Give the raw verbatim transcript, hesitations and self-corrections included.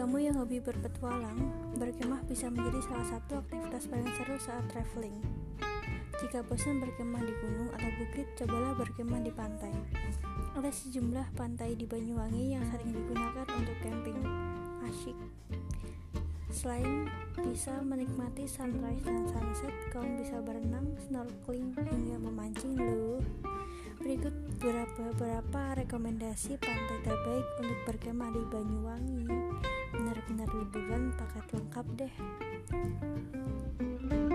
kamu yang hobi berpetualang, berkemah bisa menjadi salah satu aktivitas paling seru saat traveling. Jika bosan berkemah di gunung atau bukit, cobalah berkemah di pantai. Ada sejumlah pantai di Banyuwangi yang sering digunakan untuk camping. Asyik. Selain bisa menikmati sunrise dan sunset, kamu bisa berenang, snorkeling, hingga memancing loh. Berikut beberapa, beberapa rekomendasi pantai terbaik untuk berkemah di Banyuwangi. Benar-benar liburan paket lengkap deh.